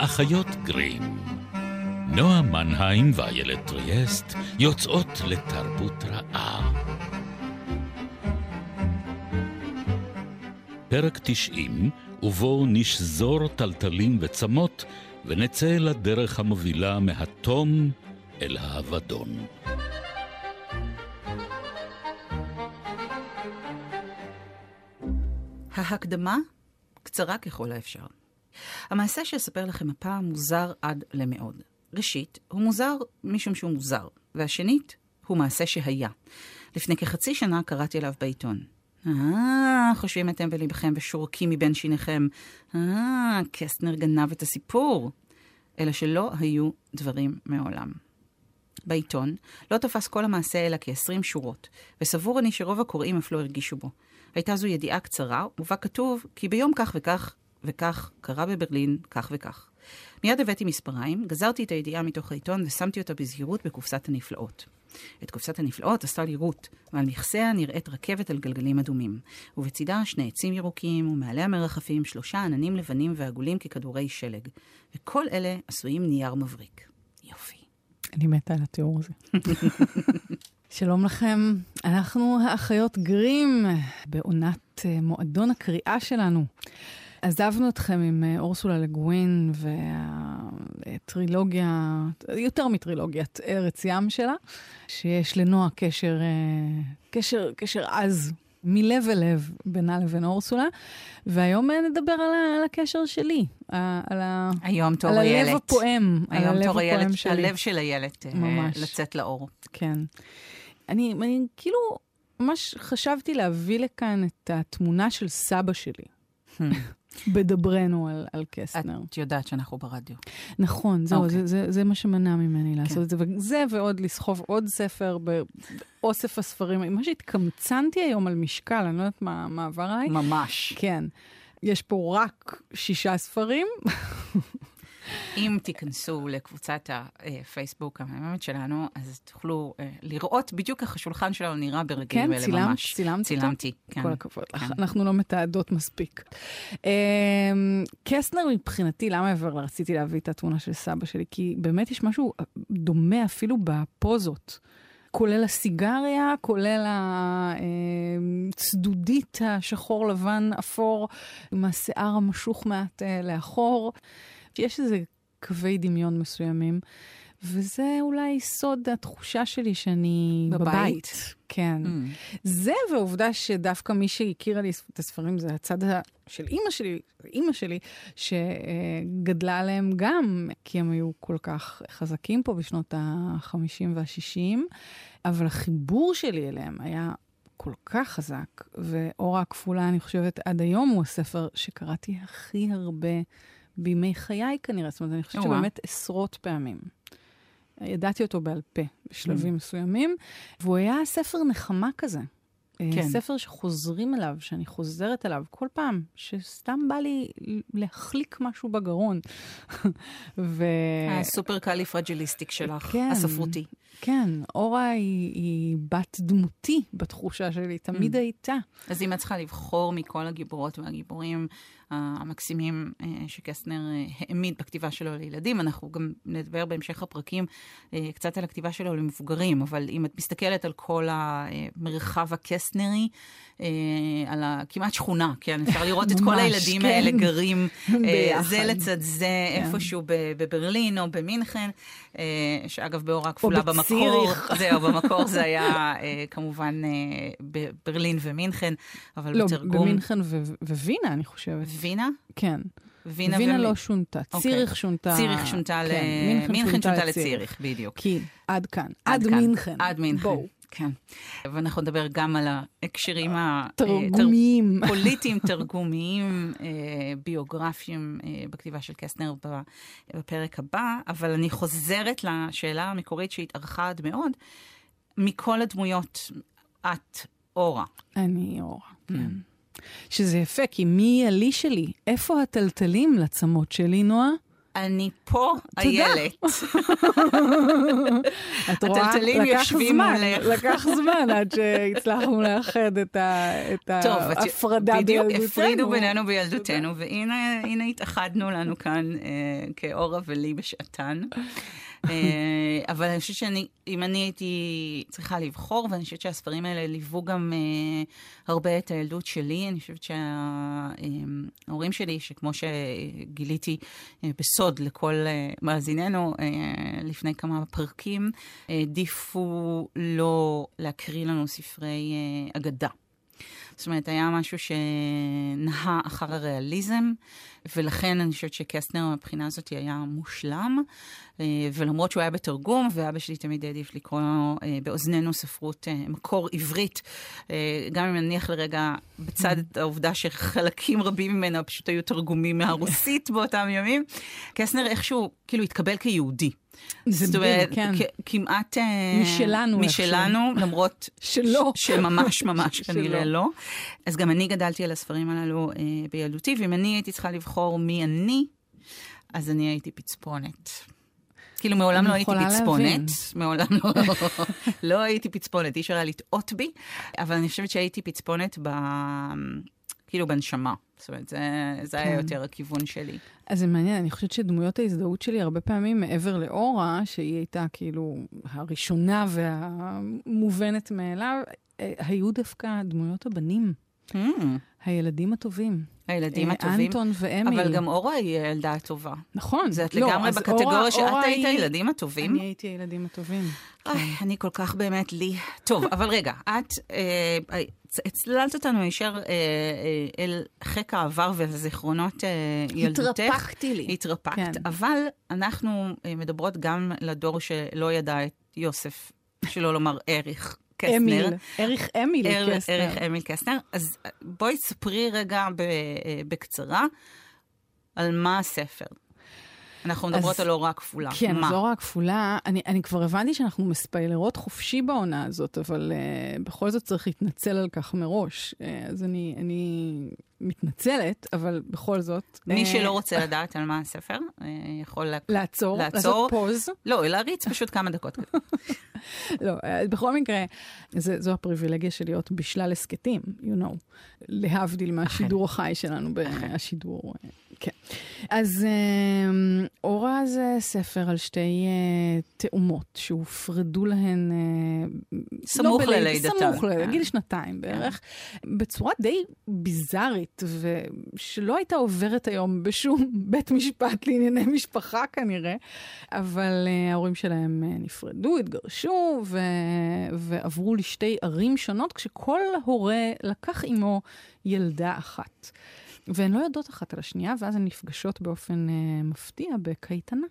האחיות גרים. נועה מנהיים ואיילת טריאסט יוצאות לתרבות רעה. פרק 90, ובו נשזור טלטלים וצמות ונצא לדרך המובילה מהתום אל האבדון. ההקדמה קצרה ככל האפשר. המעשה שאספר לכם הפעם מוזר עד למאוד. ראשית, הוא מוזר משום שהוא מוזר, והשנית, הוא מעשה שהיה. לפני כחצי שנה קראתי עליו בעיתון. חושבים אתם בליבכם ושורקים מבין שיניכם. קסטנר גנב את הסיפור. אלא שלא היו דברים מעולם. בעיתון לא תפס כל המעשה אלא כ-20 שורות, וסבור אני שרוב הקוראים אף לא הרגישו בו. הייתה זו ידיעה קצרה, ובה כתוב כי ביום כך וכך וכך קרה בברלין כך וכך. מיד הבאתי מספריים, גזרתי את הידיעה מתוך העיתון ושמתי אותה בזהירות בקופסת הנפלאות. את קופסת הנפלאות עשתה לי רות, ועל מכסיה נראית רכבת על גלגלים אדומים, ובצידה 2 עצים ירוקים, ומעליה מרחפים 3 עננים לבנים ועגולים ככדורי שלג, וכל אלה עשויים נייר מבריק. יופי. אני מתה על התיאור הזה. שלום לכם, אנחנו האחיות גרים בעונת מועדון הקריאה שלנו. עזבנו אתכם עם אורסולה לגווין והטרילוגיה, יותר מטרילוגיית ארץ ים שלה, שיש לנועה קשר עז מלב אל לב בינה לבין אורסולה, והיום נדבר על הקשר שלי, על הלב הפועם, הלב של הילד לצאת לאור. כן. אני כאילו ממש חשבתי להביא לכאן את התמונה של סבא שלי. בדברנו על קסטנר. את יודעת שאנחנו ברדיו. נכון, זהו, זה מה שמנע ממני לעשות את זה. וזה ועוד לסחוב עוד ספר באוסף הספרים. מה שהתקמצנתי היום על משקל, אני לא יודעת מה עבר עליי. ממש. כן. יש פה רק 6 ספרים. אם תיכנסו לקבוצת הפייסבוק המהממת שלנו, אז תוכלו לראות בדיוק איך השולחן שלנו נראה ברגעים אלה ממש. צילמתי. כל הכבוד. אנחנו לא מתעדות מספיק. קסטנר מבחינתי, למה רציתי להביא את התמונה של סבא שלי? כי באמת יש משהו דומה אפילו בפוזות. כולל הסיגריה, כולל הצדודית השחור לבן אפור, עם השיער המשוך מעט לאחור. יש איזה קווי דמיון מסוימים, וזה אולי סוד התחושה שלי שאני בבית. כן. זה והעובדה שדווקא מי שהכירה לי את הספרים, זה הצד של אמא שלי, שגדלה עליהם גם, כי הם היו כל כך חזקים פה בשנות ה-50 וה-60, אבל החיבור שלי אליהם היה כל כך חזק, ואורה הכפולה, אני חושבת, עד היום הוא הספר שקראתי הכי הרבה בימי חיי כנראה, זאת אומרת, אני חושבת שבאמת עשרות פעמים. ידעתי אותו בעל פה, בשלבים מסוימים, והוא היה ספר נחמה כזה. ספר שחוזרים אליו, שאני חוזרת אליו כל פעם, שסתם בא לי להחליק משהו בגרון. הסופר קלי פרג'ליסטיק שלך, הספרותי. כן, אורה היא בת דמותי בתחושה שלי, תמיד הייתה. אז אם את צריכה לבחור מכל הגיבורות והגיבורים המקסימים שקסטנר העמיד בכתיבה שלו לילדים, אנחנו גם נדבר בהמשך הפרקים קצת על הכתיבה שלו למבוגרים, אבל אם את מסתכלת על כל המרחב הקסטנרי, על כמעט שכונה, כן, אפשר לראות את כל הילדים האלה גרים זה לצד זה, איפשהו בברלין או במינכן, שאגב באורה כפולה במקור, במקור זה היה כמובן בברלין ומינכן, אבל בתרגום... לא, במינכן ווינה, אני חושבת. וינה? כן. וינה לא שונתה, ציריך שונתה. ציריך שונתה מינכן שונתה לציריך, בדיוק. כי עד כאן, עד מינכן. עד מינכן. בואו. כן. ואנחנו נדבר גם על ההקשרים התרגומיים. פוליטיים, תרגומיים, ביוגרפיים בכתיבה של קסטנר בפרק הבא, אבל אני חוזרת לשאלה המקורית שהתארכה עד מאוד, מכל הדמויות, את אורה. אני אורה, כן. שזה יפה, כי מי היא עלי שלי? איפה הטלטלים לצמות שלי, נועה? אני פה, איילת. את רואה, לקח זמן עד שהצלחנו לאחד את ההפרדה בילדותנו. בדיוק, הפרידו בינינו בילדותנו, והנה התאחדנו לנו כאן כאורה ולי בשעתן. אבל אני חושבת אם אני הייתי צריכה לבחור, ואני חושבת שהספרים האלה ליוו גם הרבה את הילדות שלי, אני חושבת שההורים שלי, שכמו שגיליתי בסוד לכל מאזיננו לפני כמה פרקים, העדיפו לא להקריא לנו ספרי אגדה. זאת אומרת, היה משהו שנהה אחר הריאליזם, ולכן אני חושבת שקסטנר מבחינה הזאת היה מושלם, ולמרות שהוא היה בתרגום, ואבא שלי תמיד העדיף לקרוא באוזנינו ספרות מקור עברית, גם אם נניח לרגע בצד את העובדה שחלקים רבים ממנו פשוט היו תרגומים מהרוסית באותם ימים, קסטנר איכשהו כאילו התקבל כיהודי. זאת אומרת, כמעט משלנו, למרות שממש כנראה לא. אז גם אני גדלתי על הספרים הללו בילדותי, ואם אני הייתי צריכה לבחור מי אני, אז אני הייתי פצפונת. כאילו מעולם לא הייתי פצפונת, מעולם לא הייתי פצפונת, אי אפשר היה לטעות בי, אבל אני חושבת שהייתי פצפונת כאילו בנשמה. זאת אומרת, זה היה יותר הכיוון שלי. אז זה מעניין, אני חושבת שדמויות ההזדהות שלי הרבה פעמים מעבר לאורה, שהיא הייתה כאילו הראשונה והמובנת מאליו, היו דווקא דמויות הבנים. הילדים הטובים. הילדים הטובים. אנטון ואמיל. אבל גם אורה היא ילדה הטובה. נכון. זה את לגמרי בקטגוריה שאת היית הילדים הטובים. אני הייתי הילדים הטובים. אני כל כך באמת לי. טוב, אבל רגע, את הצללת אותנו ישר אל חיק העבר ולזיכרונות ילדותך. התרפקתי לי. התרפקת. אבל אנחנו מדברות גם לדור שלא ידע את יוסף, שלא לומר אריך. קסטנר. אריך אמיל קסטנר. אריך אמיל קסטנר. אז בואי ספרי רגע בקצרה על מה הספר. אנחנו מדברות על אורה הכפולה. כן, אז אורה הכפולה, אני כבר הבנתי שאנחנו מספיילרות חופשי בעונה הזאת, אבל בכל זאת צריך להתנצל על כך מראש. אז אני מתנצלת, אבל בכל זאת... מי שלא רוצה לדעת על מה הספר, יכול לעצור, לעשות פוז. לא, להריץ פשוט כמה דקות. לא, בכל מקרה, זו הפריבילגיה של להיות בשלל הסקטים, you know, להבדיל מהשידור החי שלנו בשידור. כן. אז אורה זה ספר על שתי תאומות שהופרדו להן סמוך ללידתן. סמוך לגיל שנתיים בערך, בצורה די ביזארית, ושלא הייתה עוברת היום בשום בית משפט לענייני משפחה כנראה, אבל ההורים שלהם נפרדו, התגרשו, ועברו לשתי ערים שונות, כשכל הורה לקח עמו ילדה אחת. והן לא יודעות אחת על השנייה, ואז הן נפגשות באופן מפתיע בקייטנה.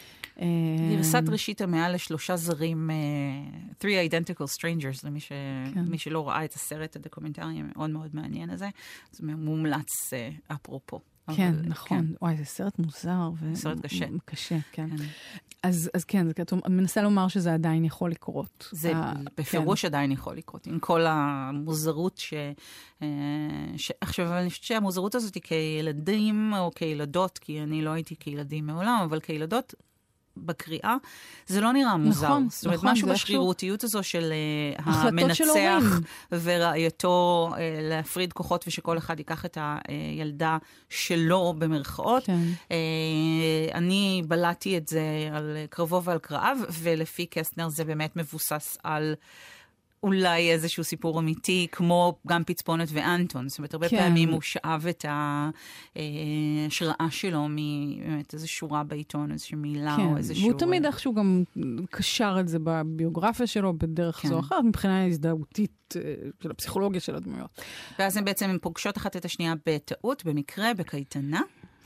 גרסת ראשית המאה ל3 זרים, Three Identical Strangers, למי שלא ראה את הסרט הדוקומנטרי מאוד מאוד מעניין הזה, זה מומלץ אפרופו. כן, נכון. וואי, זה סרט מוזר. סרט קשה. קשה, כן. אז כן, אני מנסה לומר שזה עדיין יכול לקרות. זה בפירוש עדיין יכול לקרות, עם כל המוזרות עכשיו, אני חושבת שהמוזרות הזאת היא כילדים או כילדות, כי אני לא הייתי כילדים מעולם, אבל כילדות בקריאה, זה לא נראה מוזר. נכון, זאת אומרת, משהו בשרירותיות הזו של המנצח ורעייתו להפריד כוחות ושכל אחד ייקח את הילדה שלו במרכאות. אני בלעתי את זה על קרבו ועל קרב, ולפי קסטנר זה באמת מבוסס על אולי איזשהו סיפור אמיתי, כמו גם פצפונת ואנטון. זאת אומרת, הרבה פעמים הוא שאב את ההשראה שלו מבאמת איזו שורה בעיתון, איזושהי מילה או איזשהו... והוא תמיד איכשהו גם קשר את זה בביוגרפיה שלו, בדרך זו אחרת, מבחינה הזדהותית של הפסיכולוגיה של הדמויות. ואז הם פוגשות אחת את השנייה בטעות, במקרה, בקייטנה,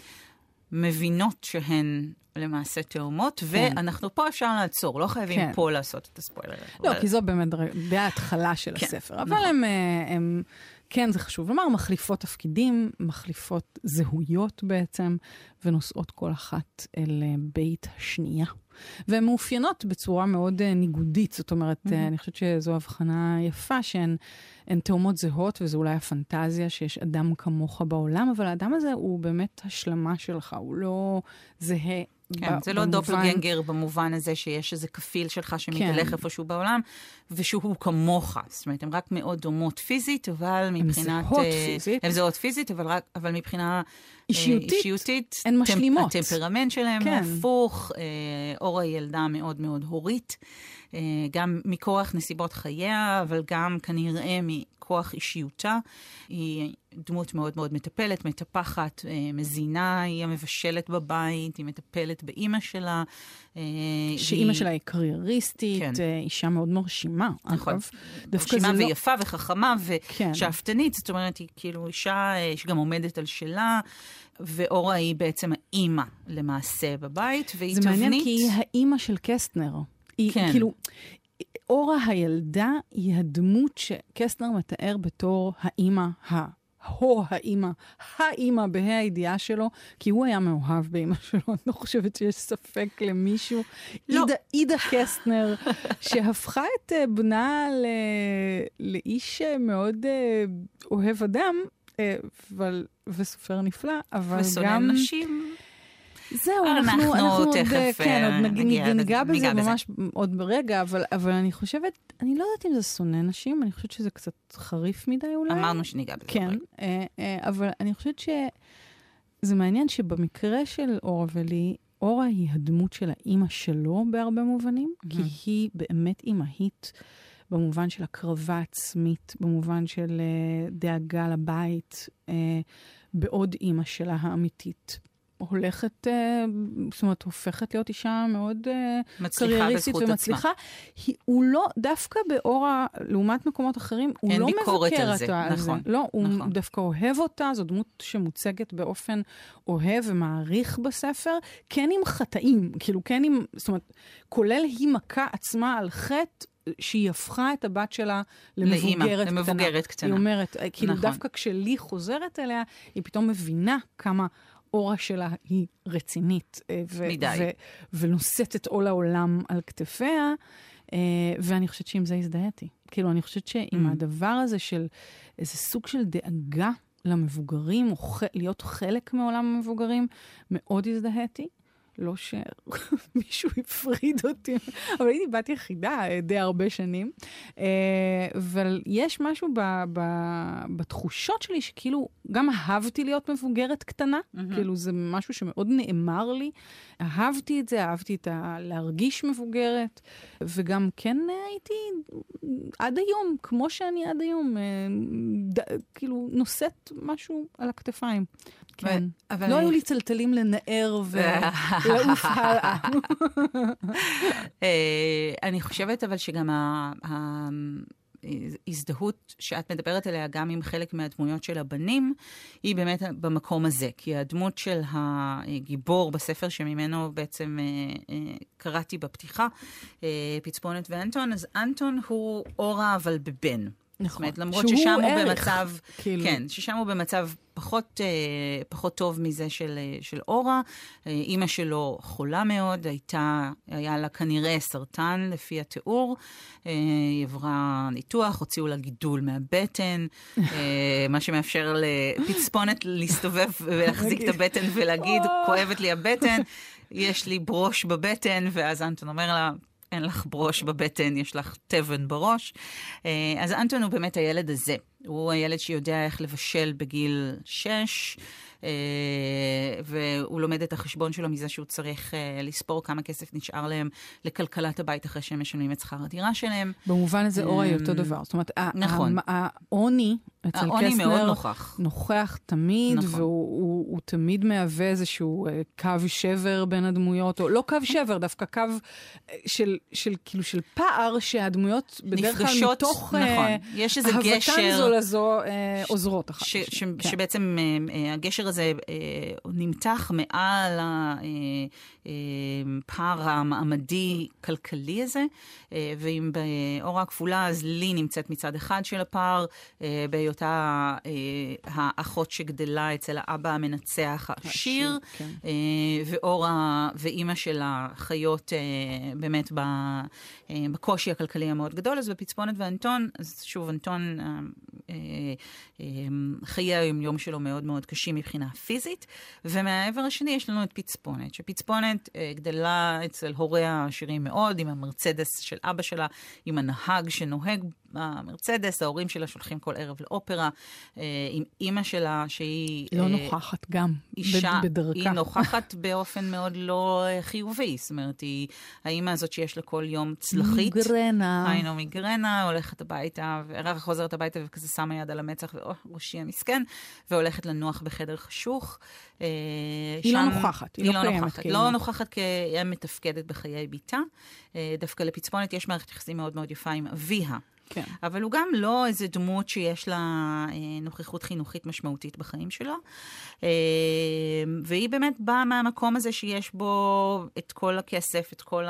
מבינות שהן למעשה תאומות, ואנחנו פה אפשר לעצור, לא חייבים פה לעשות את הספוילר. לא, כי זו באמת די ההתחלה של הספר, אבל הם, כן, זה חשוב לומר, מחליפות תפקידים, מחליפות זהויות בעצם, ונוסעות כל אחת אל בית השנייה. והן מאופיינות בצורה מאוד ניגודית, זאת אומרת, אני חושבת שזו הבחנה יפה, שהן תאומות זהות, וזו אולי הפנטזיה שיש אדם כמוך בעולם, אבל האדם הזה הוא באמת השלמה שלך, הוא לא זהה כן, זה לא דופלגנגר במובן הזה שיש איזה כפיל שלך שמתהלך איפשהו בעולם, ושהוא כמוך. זאת אומרת, הן רק מאוד דומות פיזית, אבל מבחינת... הן זהות פיזית, אבל מבחינה אישיותית, הן משלימות. הטמפרמנט שלהם הוא הפוך, אורה היא ילדה מאוד מאוד הורית, גם מכוח נסיבות חייה, אבל גם כנראה מכוח אישיותה. היא דמות מאוד מאוד מטפלת, מטפחת, מזינה, היא המבשלת בבית, היא מטפלת באמא שלה. שאמא שלה היא קרייריסטית, אישה מאוד מרשימה. נכון. מרשימה ויפה וחכמה ושאפתנית, זאת אומרת, היא כאילו אישה שגם עומדת על שלה, ואורה היא בעצם האמא למעשה בבית, והיא תבנית. זה מעניין כי היא האמא של קסטנר. היא כאילו, אורה הילדה היא הדמות שקסטנר מתאר בתור האמא האמא בה"א הידיעה שלו, כי הוא היה מאוהב באמא שלו, אני לא חושבת שיש ספק למישהו. לא. עידה קסטנר, שהפכה את בנה לאיש מאוד אוהב אדם, וסופר נפלא, אבל ושונא נשים. זהו, אנחנו תכף ניגע בזה ממש עוד ברגע, אבל אני חושבת, אני לא יודעת אם זה שונא נשים, אני חושבת שזה קצת חריף מדי אולי. אמרנו שניגע בזה. כן, אבל אני חושבת שזה מעניין שבמקרה של אורה ולי, אורה היא הדמות של האמא שלו בהרבה מובנים, כי היא באמת אימהית במובן של הקרבה עצמית, במובן של דאגה לבית, בעוד אימא שלה האמיתית. הולכת, זאת אומרת, הופכת להיות אישה מאוד קרייריסטית ומצליחה. הוא לא, דווקא באורה, לעומת מקומות אחרים, הוא לא מבקר אותה על זה. לא, הוא דווקא אוהב אותה, זו דמות שמוצגת באופן אוהב ומעריך בספר, כן עם חטאים, כאילו כן עם, זאת אומרת, כולל היא מכה עצמה על חטא, שהיא הפכה את הבת שלה למבוגרת קטנה. היא אומרת, כאילו דווקא כשלי חוזרת אליה, היא פתאום מבינה כמה אורה שלה היא רצינית, ונושאת את עול העולם על כתפיה, ואני חושבת שעם זה הזדהיתי. כאילו, אני חושבת שעם הדבר הזה של איזה סוג של דאגה למבוגרים, או להיות חלק מעולם המבוגרים, מאוד הזדהיתי. לא שמישהו הפריד אותי, אבל הייתי בת יחידה די הרבה שנים, אבל יש משהו בתחושות שלי שכאילו גם אהבתי להיות מבוגרת קטנה, כאילו זה משהו שמאוד נאמר לי, אהבתי את זה, אהבתי להרגיש מבוגרת, וגם כן הייתי עד היום, כמו שאני עד היום, כאילו נושאת משהו על הכתפיים. כן. לא היו לי צלטלים לנער ולעוף הלאה. אני חושבת אבל שגם ההזדהות שאת מדברת עליה גם עם חלק מהדמויות של הבנים, היא באמת במקום הזה. כי הדמות של הגיבור בספר שממנו בעצם קראתי בפתיחה, פצפונת ואנטון, אז אנטון הוא אורה אבל בבן. נכון. זאת אומרת, למרות ששם הוא במצב, כן, ששם הוא במצב פחות טוב מזה של אורה. אמא שלו חולה מאוד, היה לה כנראה סרטן לפי התיאור, היא עברה ניתוח, הוציאו לה גידול מהבטן, מה שמאפשר לפצפונת להסתובב ולהחזיק את הבטן ולהגיד, כואבת לי הבטן, יש לי ברוש בבטן, ואז אנטון אומר לה, אין לך ברוש בבטן, יש לך תבן בראש. אז אנטון הוא באמת הילד הזה. הוא הילד שיודע איך לבשל בגיל 6, והוא לומד את החשבון שלו מזה שהוא צריך לספור כמה כסף נשאר להם לכלכלת הבית אחרי שהם משלמים את שכר הדירה שלהם. במובן הזה אורה היא אותו דבר. זאת אומרת, העוני אצל קסטנר נוכח תמיד, והוא תמיד מהווה איזשהו קו שבר בין הדמויות, או לא קו שבר, דווקא קו של פער שהדמויות בדרך כלל מתוך אהבתן זו לזו עוזרות אחת. שבעצם הגשר הזה נמתח מעל הפער המעמדי-כלכלי הזה, ואם באורה הכפולה, אז לי נמצאת מצד אחד של הפער, בהיות אותה האחות שגדלה אצל האבא המנצח העשיר, כן. ואימא שלה חיות באמת בקושי הכלכלי המאוד גדול. אז בפצפונת ואנטון, אז שוב, אנטון, חיי היום-יום שלו מאוד מאוד קשים מבחינה פיזית, ומהעבר השני יש לנו את פצפונת, שפצפונת גדלה אצל הוריה העשירים מאוד, עם המרצדס של אבא שלה, עם הנהג שנוהג המרצדס, ההורים שלה שולחים כל ערב לאופרה, עם אימא שלה שהיא... לא נוכחת גם, אישה, בדרכה. היא נוכחת באופן מאוד לא חיובי, זאת אומרת, האימא הזאת שיש לה כל יום צלחית. מיגרנה. היינו מיגרנה, הולכת הביתה, ורק חוזרת הביתה וכזה שמה יד על המצח, ראשי המסכן, והולכת לנוח בחדר חשוך. היא לא נוכחת, היא לא קיימת. לא נוכחת כי מתפקדת בחיי ביתה. דווקא לפצפונת יש מערכת יחסים מאוד מאוד יפה עם אביה. כן. אבל הוא גם לא איזה דמות שיש לה נוכחות חינוכית משמעותית בחיים שלו. והיא באמת באה מהמקום הזה שיש בו את כל הכסף, את כל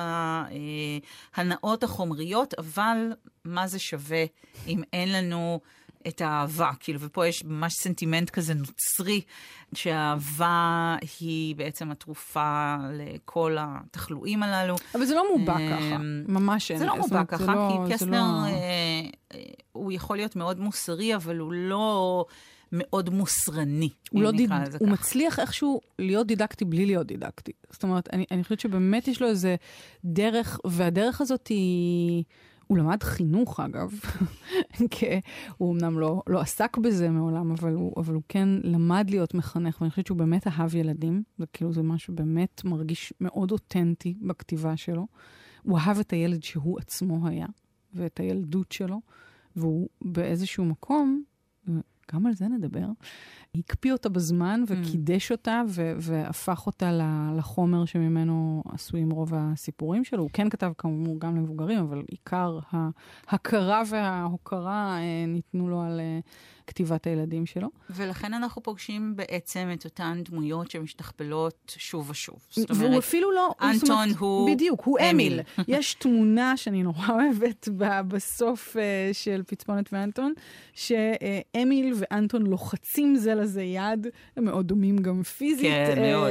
ההנאות החומריות, אבל מה זה שווה אם אין לנו את האהבה, כאילו, ופה יש ממש סנטימנט כזה נוצרי, שהאהבה היא בעצם התרופה לכל התחלואים הללו. אבל זה לא מובע ככה, ממש אין. זה לא מובע ככה, כי קסנר הוא יכול להיות מאוד מוסרי, אבל הוא לא מאוד מוסרני. הוא מצליח איכשהו להיות דידקטי בלי להיות דידקטי. זאת אומרת, אני חושבת שבאמת יש לו איזה דרך, והדרך הזאת היא... הוא למד חינוך, אגב, הוא אמנם לא עסק בזה מעולם, אבל הוא כן למד להיות מחנך, ואני חושבת שהוא באמת אהב ילדים, וכאילו זה משהו באמת מרגיש מאוד אותנטי בכתיבה שלו. הוא אהב את הילד שהוא עצמו היה, ואת הילדות שלו, והוא באיזשהו מקום, גם על זה נדבר, הקפיא אותה בזמן וקידש אותה והפך אותה לחומר שממנו עשויים רוב הסיפורים שלו. הוא כן כתב כאמור גם למבוגרים, אבל עיקר ההכרה וההוקרה ניתנו לו על כתיבת הילדים שלו. ולכן אנחנו פוגשים בעצם את אותן דמויות שמשתכפלות שוב ושוב. והוא אפילו לא... אנטון הוא... בדיוק, הוא אמיל. יש תמונה שאני נורא אוהבת בסוף של פצפונת ואנטון, שאמיל ואנטון לוחצים זה לזה יד, הם מאוד דומים גם פיזית. כן, מאוד.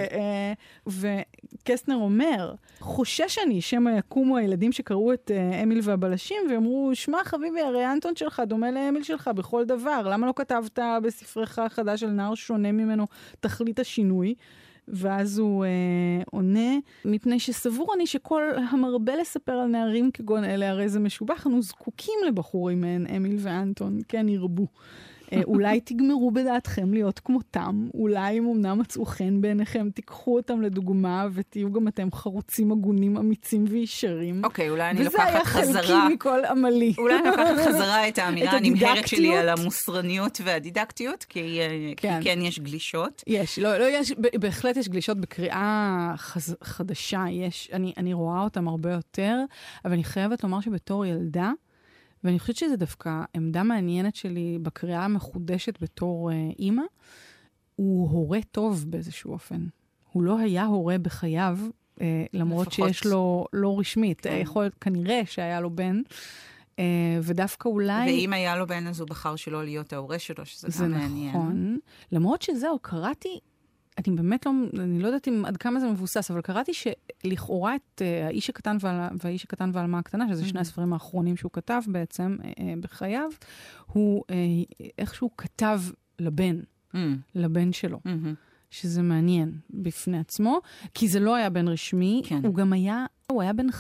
וקסטנר אומר, חושש אני שמא יקומו הילדים שקראו את אמיל והבלשים, ואמרו, שמע חביבי, הרי אנטון שלך דומה לאמיל שלך בכל דבר, למה לא כתבת בספרך החדש על נער שונה ממנו תכלית השינוי? ואז הוא עונה, מפני שסבור אני שכל המרבה לספר על נערים כגון אלה, הרי זה משובח, אנו זקוקים לבחורים מהן, אמיל ואנטון, כן ירבו. אולי תגמרו בדעתכם להיות כמותם, אולי אם אמנם מצאו חן בעיניכם, תיקחו אותם לדוגמה, ותהיו גם אתם חרוצים, הגונים, אמיצים וישרים. אוקיי, אולי אני לוקחת חזרה. וזה היה חלקי מכל עמלי. אולי אני לוקחת חזרה את האמירה הנמהרת שלי על המוסרניות והדידקטיות, כי כן יש גלישות. יש, בהחלט יש גלישות בקריאה חדשה, אני רואה אותם הרבה יותר, אבל אני חייבת לומר שבתור ילדה, ואני חושבת שזה דווקא עמדה מעניינת שלי בקריאה המחודשת בתור אימא, הוא הורה טוב באיזשהו אופן. הוא לא היה הורה בחייו, למרות שיש לו לא רשמית. כן. יכול להיות כנראה שהיה לו בן, ודווקא אולי... ואם היה לו בן, אז הוא בחר שלא להיות ההורה שלו, שזה גם מעניין. זה נכון. למרות שזהו, קראתי... אני לא יודעת עד כמה זה מבוסס, אבל קראתי שלכאורה את האיש הקטן והאיש הקטן והעלמה הקטנה, שזה שני הספרים האחרונים שהוא כתב בעצם בחייו, הוא איכשהו כתב לבן שלו. שזה מעניין בפני עצמו, כי זה לא היה בן רשמי, הוא היה בן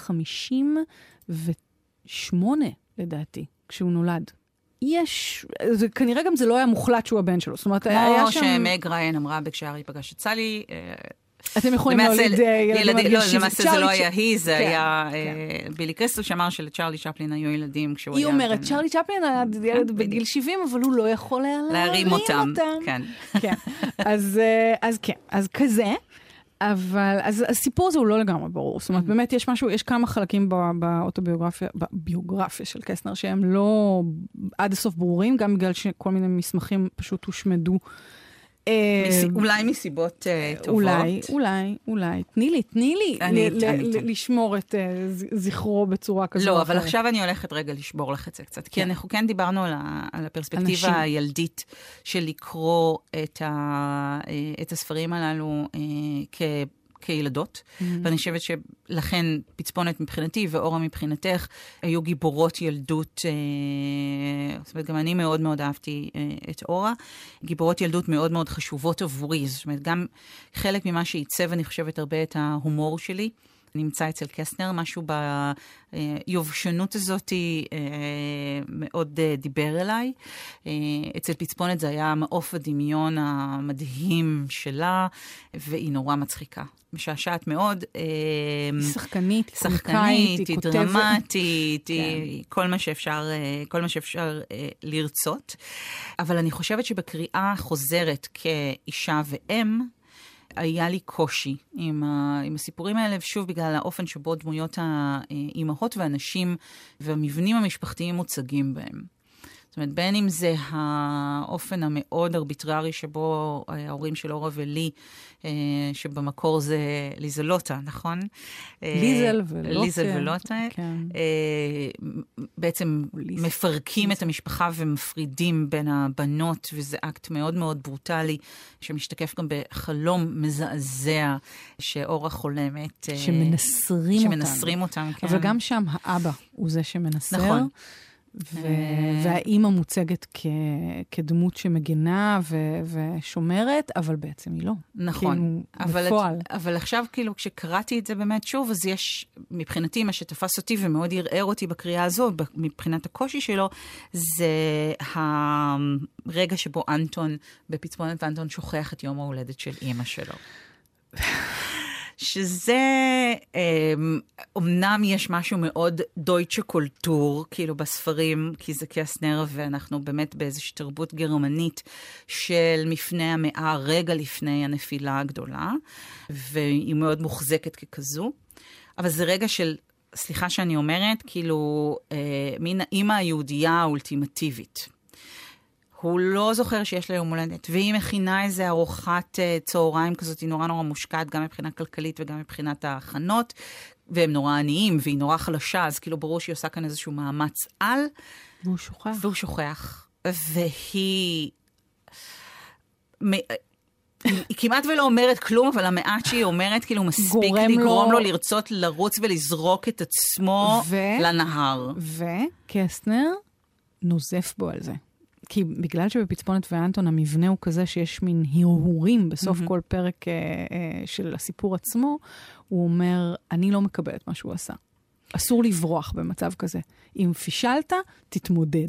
58 לדעתי, כשהוא נולד. כנראה גם זה לא היה מוחלט שהוא הבן שלו. זאת אומרת, כמו שמג ריין אמרה כשהארי פגש את סלי. אתם יכולים להוליד ילדים עד גיל 70. למעשה זה לא היה זה היה בילי קריסטל שאמר שלצ'רלי צ'פלין היו ילדים כשהוא היה... היא אומרת, צ'רלי צ'פלין היה ילד בגיל 70, אבל הוא לא יכול להרים אותם. כן. אז כזה. אבל, אז הסיפור הזה הוא לא לגמרי ברור. זאת אומרת, באמת יש כמה חלקים בביוגרפיה של קסטנר שהם לא עד הסוף ברורים, גם בגלל שכל מיני מסמכים פשוט הושמדו אולי מסיבות טובות. אולי. תני לי לשמור את זכרו בצורה כזו. לא, אבל עכשיו אני הולכת רגע לשבור לך את זה קצת. כי אנחנו כן דיברנו על הפרספקטיבה הילדית של לקרוא את הספרים הללו כילדות, ואני חושבת שלכן פצפונת מבחינתי ואורה מבחינתך היו גיבורות ילדות, זאת אומרת, גם אני מאוד מאוד אהבתי את אורה, גיבורות ילדות מאוד מאוד חשובות עבורי, זאת אומרת, גם חלק ממה שעיצב, אני חושבת הרבה את ההומור שלי, נמצא אצל קסטנר, משהו ביובשנות הזאת מאוד דיבר אליי. אצל פצפונת זה היה מעוף הדמיון המדהים שלה, והיא נורא מצחיקה. משעשעת מאוד. שחקנית, היא דרמטית, כל מה שאפשר לרצות. אבל אני חושבת שבקריאה חוזרת כאישה ואם, היה לי קושי עם הסיפורים האלה, ושוב בגלל האופן שבו דמויות האימהות והנשים והמבנים המשפחתיים מוצגים בהם. זאת אומרת, בין אם זה האופן המאוד ארביטררי שבו ההורים של אורה ולי, שבמקור זה ליזלוטה, נכון? ליזל ולוטה. ליזל ולוטה. כן. בעצם מפרקים את המשפחה ומפרידים בין הבנות, וזה אקט מאוד מאוד ברוטלי, שמשתקף גם בחלום מזעזע שאורה חולמת. שמנסרים אותם. כן. אבל גם שם האבא הוא זה שמנסר. נכון. והאימא מוצגת כדמות שמגנה ושומרת, אבל בעצם היא לא. נכון. בפועל. אבל עכשיו, כאילו, כשקראתי את זה באמת שוב, אז יש, מבחינתי, מה שתפס אותי ומאוד ערער אותי בקריאה הזו, מבחינת הקושי שלו, זה הרגע שבו אנטון, בפצפונת ואנטון, שוכח את יום ההולדת של אימא שלו. שזה, אמנם יש משהו מאוד דויטשה קולטור, כאילו בספרים, כי זה קסטנר, ואנחנו באמת באיזושהי תרבות גרמנית של מפני המאה, רגע לפני הנפילה הגדולה, והיא מאוד מוחזקת ככזו. אבל זה רגע של, סליחה שאני אומרת, כאילו, מין האמא היהודייה האולטימטיבית. הוא לא זוכר שיש לה יום הולדת, והיא מכינה איזה ארוחת צהריים כזאת, היא נורא נורא מושקעת, גם מבחינה כלכלית וגם מבחינת ההכנות, והם נורא עניים, והיא נורא חלשה, אז כאילו ברור שהיא עושה כאן איזשהו מאמץ על. והוא שוכח. והיא כמעט ולא אומרת כלום, אבל המעט שהיא אומרת, כאילו מספיק לגרום לו לרצות לרוץ ולזרוק את עצמו לנהר. וקסטנר נוזף בו על זה. כי בגלל שבפצפונת ואנטון המבנה הוא כזה שיש מין הרהורים בסוף כל פרק של הסיפור עצמו, הוא אומר, אני לא מקבל את מה שהוא עשה. אסור לברוח במצב כזה. אם פישלת, תתמודד.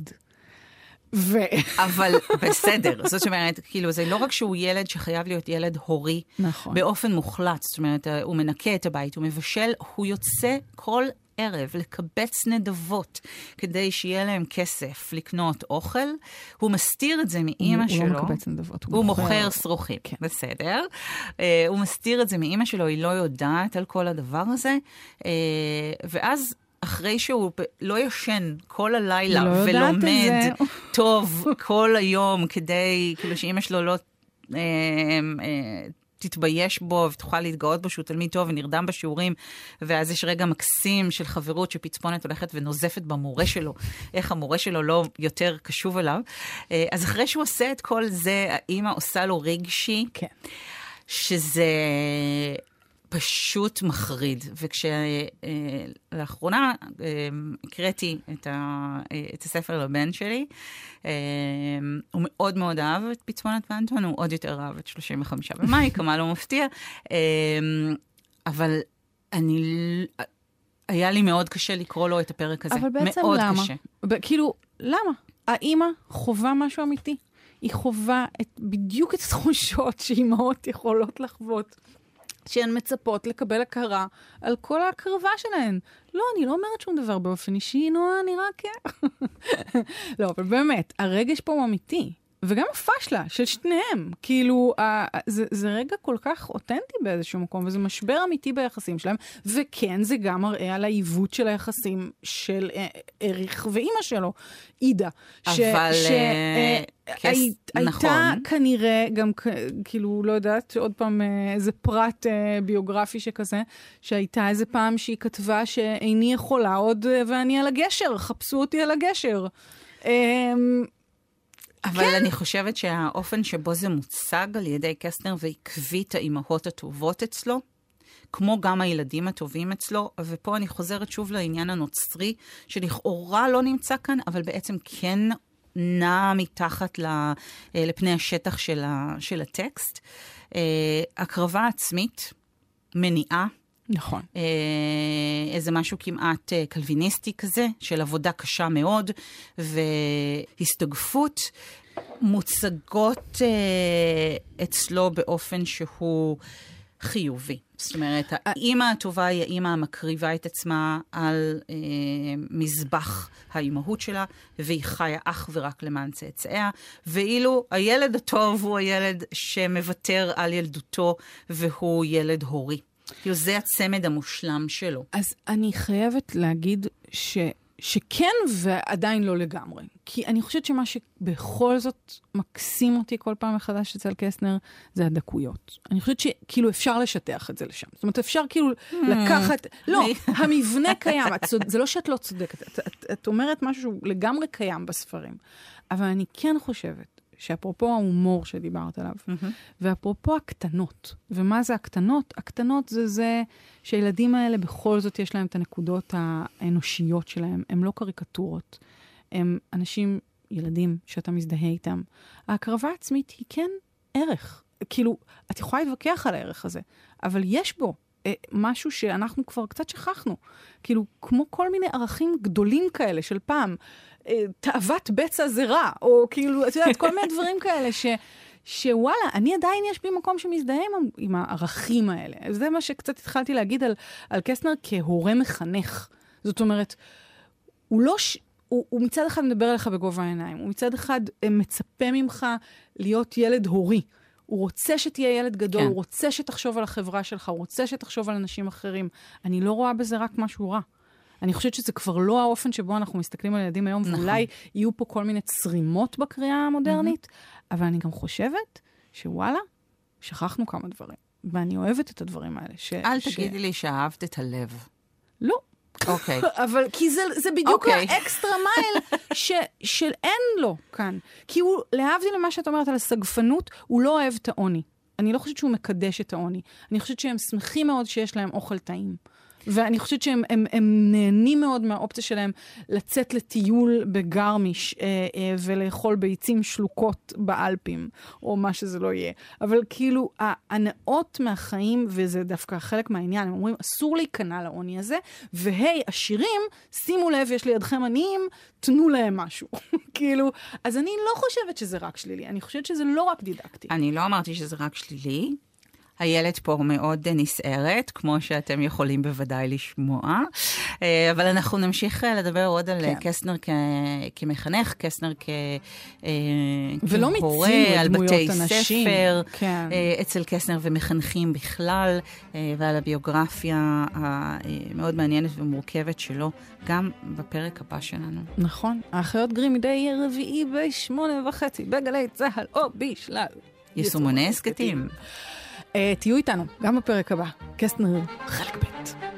אבל בסדר, זאת אומרת, כאילו, זה לא רק שהוא ילד שחייב להיות ילד הורי, נכון. באופן מוחלט, זאת אומרת, הוא מנקה את הבית, הוא מבשל, הוא יוצא כל ערב לקבץ נדבות, כדי שיהיה להם כסף לקנות אוכל, הוא מסתיר את זה מאמא שלו. הוא לא מקבץ נדבות, הוא מוכר שרוכים, כן. בסדר. הוא מסתיר את זה מאמא שלו, היא לא יודעת על כל הדבר הזה, ואז אחרי שהוא לא ישן כל הלילה ולומד טוב כל היום כדי, כאילו שאמא שלו לא תתבייש בו ותוכל להתגאות בו שהוא תלמיד טוב ונרדם בשיעורים, ואז יש רגע מקסים של חברות שפצפונת הולכת ונוזפת במורה שלו, איך המורה שלו לא יותר קשוב אליו. אז אחרי שהוא עושה את כל זה, האמא עושה לו רגשי, כן. שזה פשוט מחריד. וכשלאחרונה הקראתי את הספר לבן שלי, הוא מאוד מאוד אהב את פצפונת ואנטון, הוא עוד יותר אהב את 35 במאי, כמה לא מפתיע. אבל היה לי מאוד קשה לקרוא לו את הפרק הזה. אבל בעצם מאוד למה? קשה. כאילו, למה? האמא חובה משהו אמיתי. היא חובה בדיוק את התחושות שאימהות יכולות לחוות. שהן מצפות לקבל הכרה על כל ההקרבה שלהן. לא, אני לא אומרת שום דבר באופן אישי, נועה, אני רק... לא, אבל באמת, הרגש פה הוא אמיתי. וגם הפשלה של שניהם. כאילו, זה רגע כל כך אותנטי באיזשהו מקום, וזה משבר אמיתי ביחסים שלהם, וכן, זה גם מראה על העיוות של היחסים של אריך ואימא שלו, אידה. אבל... הייתה כנראה גם, כאילו, לא יודעת, עוד פעם איזה פרט ביוגרפי שכזה, שהייתה איזה פעם שהיא כתבה שאיני יכולה עוד ואני על הגשר, חפשו אותי על הגשר. אבל אני חושבת שהאופן שבו זה מוצג על ידי קסטנר ועקבי את האימהות הטובות אצלו, כמו גם הילדים הטובים אצלו, ופה אני חוזרת שוב לעניין הנוצרי, שלכאורה לא נמצא כאן, אבל בעצם כן נע מתחת לפני השטח של הטקסט. הקרבה עצמית, מניעה, נכון. איזה משהו כמעט קלוויניסטי כזה, של עבודה קשה מאוד, והסתגפות, מוצגות אצלו באופן שהוא חיובי. זאת אומרת, האמא הטובה היא האמא המקריבה את עצמה על מזבח האימהות שלה, והיא חיה אך ורק למען צאצאיה, ואילו הילד הטוב הוא הילד שמוותר על ילדותו, והוא ילד הורי. כאילו זה הצמד המושלם שלו. אז אני חייבת להגיד שכן ועדיין לא לגמרי. כי אני חושבת שמה שבכל זאת מקסים אותי כל פעם מחדש אצל קסטנר, זה הדקויות. אני חושבת שכאילו אפשר לשטח את זה לשם. זאת אומרת, אפשר כאילו לקחת... לא, המבנה קיים. זה לא שאת לא צודקת. את אומרת משהו לגמרי קיים בספרים. אבל אני כן חושבת שאפרופו ההומור שדיברת עליו, ואפרופו הקטנות, ומה זה הקטנות? הקטנות זה שהילדים האלה בכל זאת יש להם את הנקודות האנושיות שלהם, הם לא קריקטורות, הם אנשים, ילדים שאתה מזדהה איתם. ההקרבה העצמית היא כן ערך, כאילו, את יכולה להתווכח על הערך הזה, אבל יש בו משהו שאנחנו כבר קצת שכחנו, כאילו, כמו כל מיני ערכים גדולים כאלה של פעם, תאוות בצע זה רע, או כאילו, את יודעת, כל מיני דברים כאלה שוואלה, אני עדיין יש בי מקום שמזדהה עם הערכים האלה. זה מה שקצת התחלתי להגיד על קסטנר כהורה מחנך. זאת אומרת, הוא מצד אחד מדבר עליך בגובה העיניים, הוא מצד אחד מצפה ממך להיות ילד הורי. הוא רוצה שתהיה ילד גדול, הוא רוצה שתחשוב על החברה שלך, הוא רוצה שתחשוב על אנשים אחרים. אני לא רואה בזה רק משהו רע. אני חושבת שזה כבר לא האופן שבו אנחנו מסתכלים על ילדים היום, ואולי יהיו פה כל מיני צרימות בקריאה המודרנית, אבל אני גם חושבת שוואלה, שכחנו כמה דברים. ואני אוהבת את הדברים האלה. אל תגידי לי שאהבת את הלב. לא. אוקיי. אבל כי זה בדיוק האקסטרה מייל של אין לו כאן. כי הוא, להבדיל למה שאת אומרת על הסגפנות, הוא לא אוהב את העוני. אני לא חושבת שהוא מקדש את העוני. אני חושבת שהם שמחים מאוד שיש להם אוכל טעים. ואני חושבת שהם נהנים מאוד מהאופציה שלהם לצאת לטיול בגרמיש ולאכול ביצים שלוקות באלפים, או מה שזה לא יהיה. אבל כאילו, הנאות מהחיים, וזה דווקא חלק מהעניין, הם אומרים, אסור להיכנע לעוני הזה, והי, עשירים, שימו לב, יש לידכם עניים, תנו להם משהו. כאילו, אז אני לא חושבת שזה רק שלילי, אני חושבת שזה לא רק דידקטי. אני לא אמרתי שזה רק שלילי. הילד פה מאוד נסערת, כמו שאתם יכולים בוודאי לשמוע. אבל אנחנו נמשיך לדבר עוד על קסטנר כמחנך, קסטנר כהורה, על בתי ספר, אצל קסטנר ומחנכים בכלל, ועל הביוגרפיה המאוד מעניינת ומורכבת שלו, גם בפרק הבא שלנו. נכון. האחיות גרים מדי רביעי ב8:30, בגלי צהל, או בשלל יישומוני הסקטים. תהיו איתנו, גם בפרק הבא. קסטנר, חלק ב'.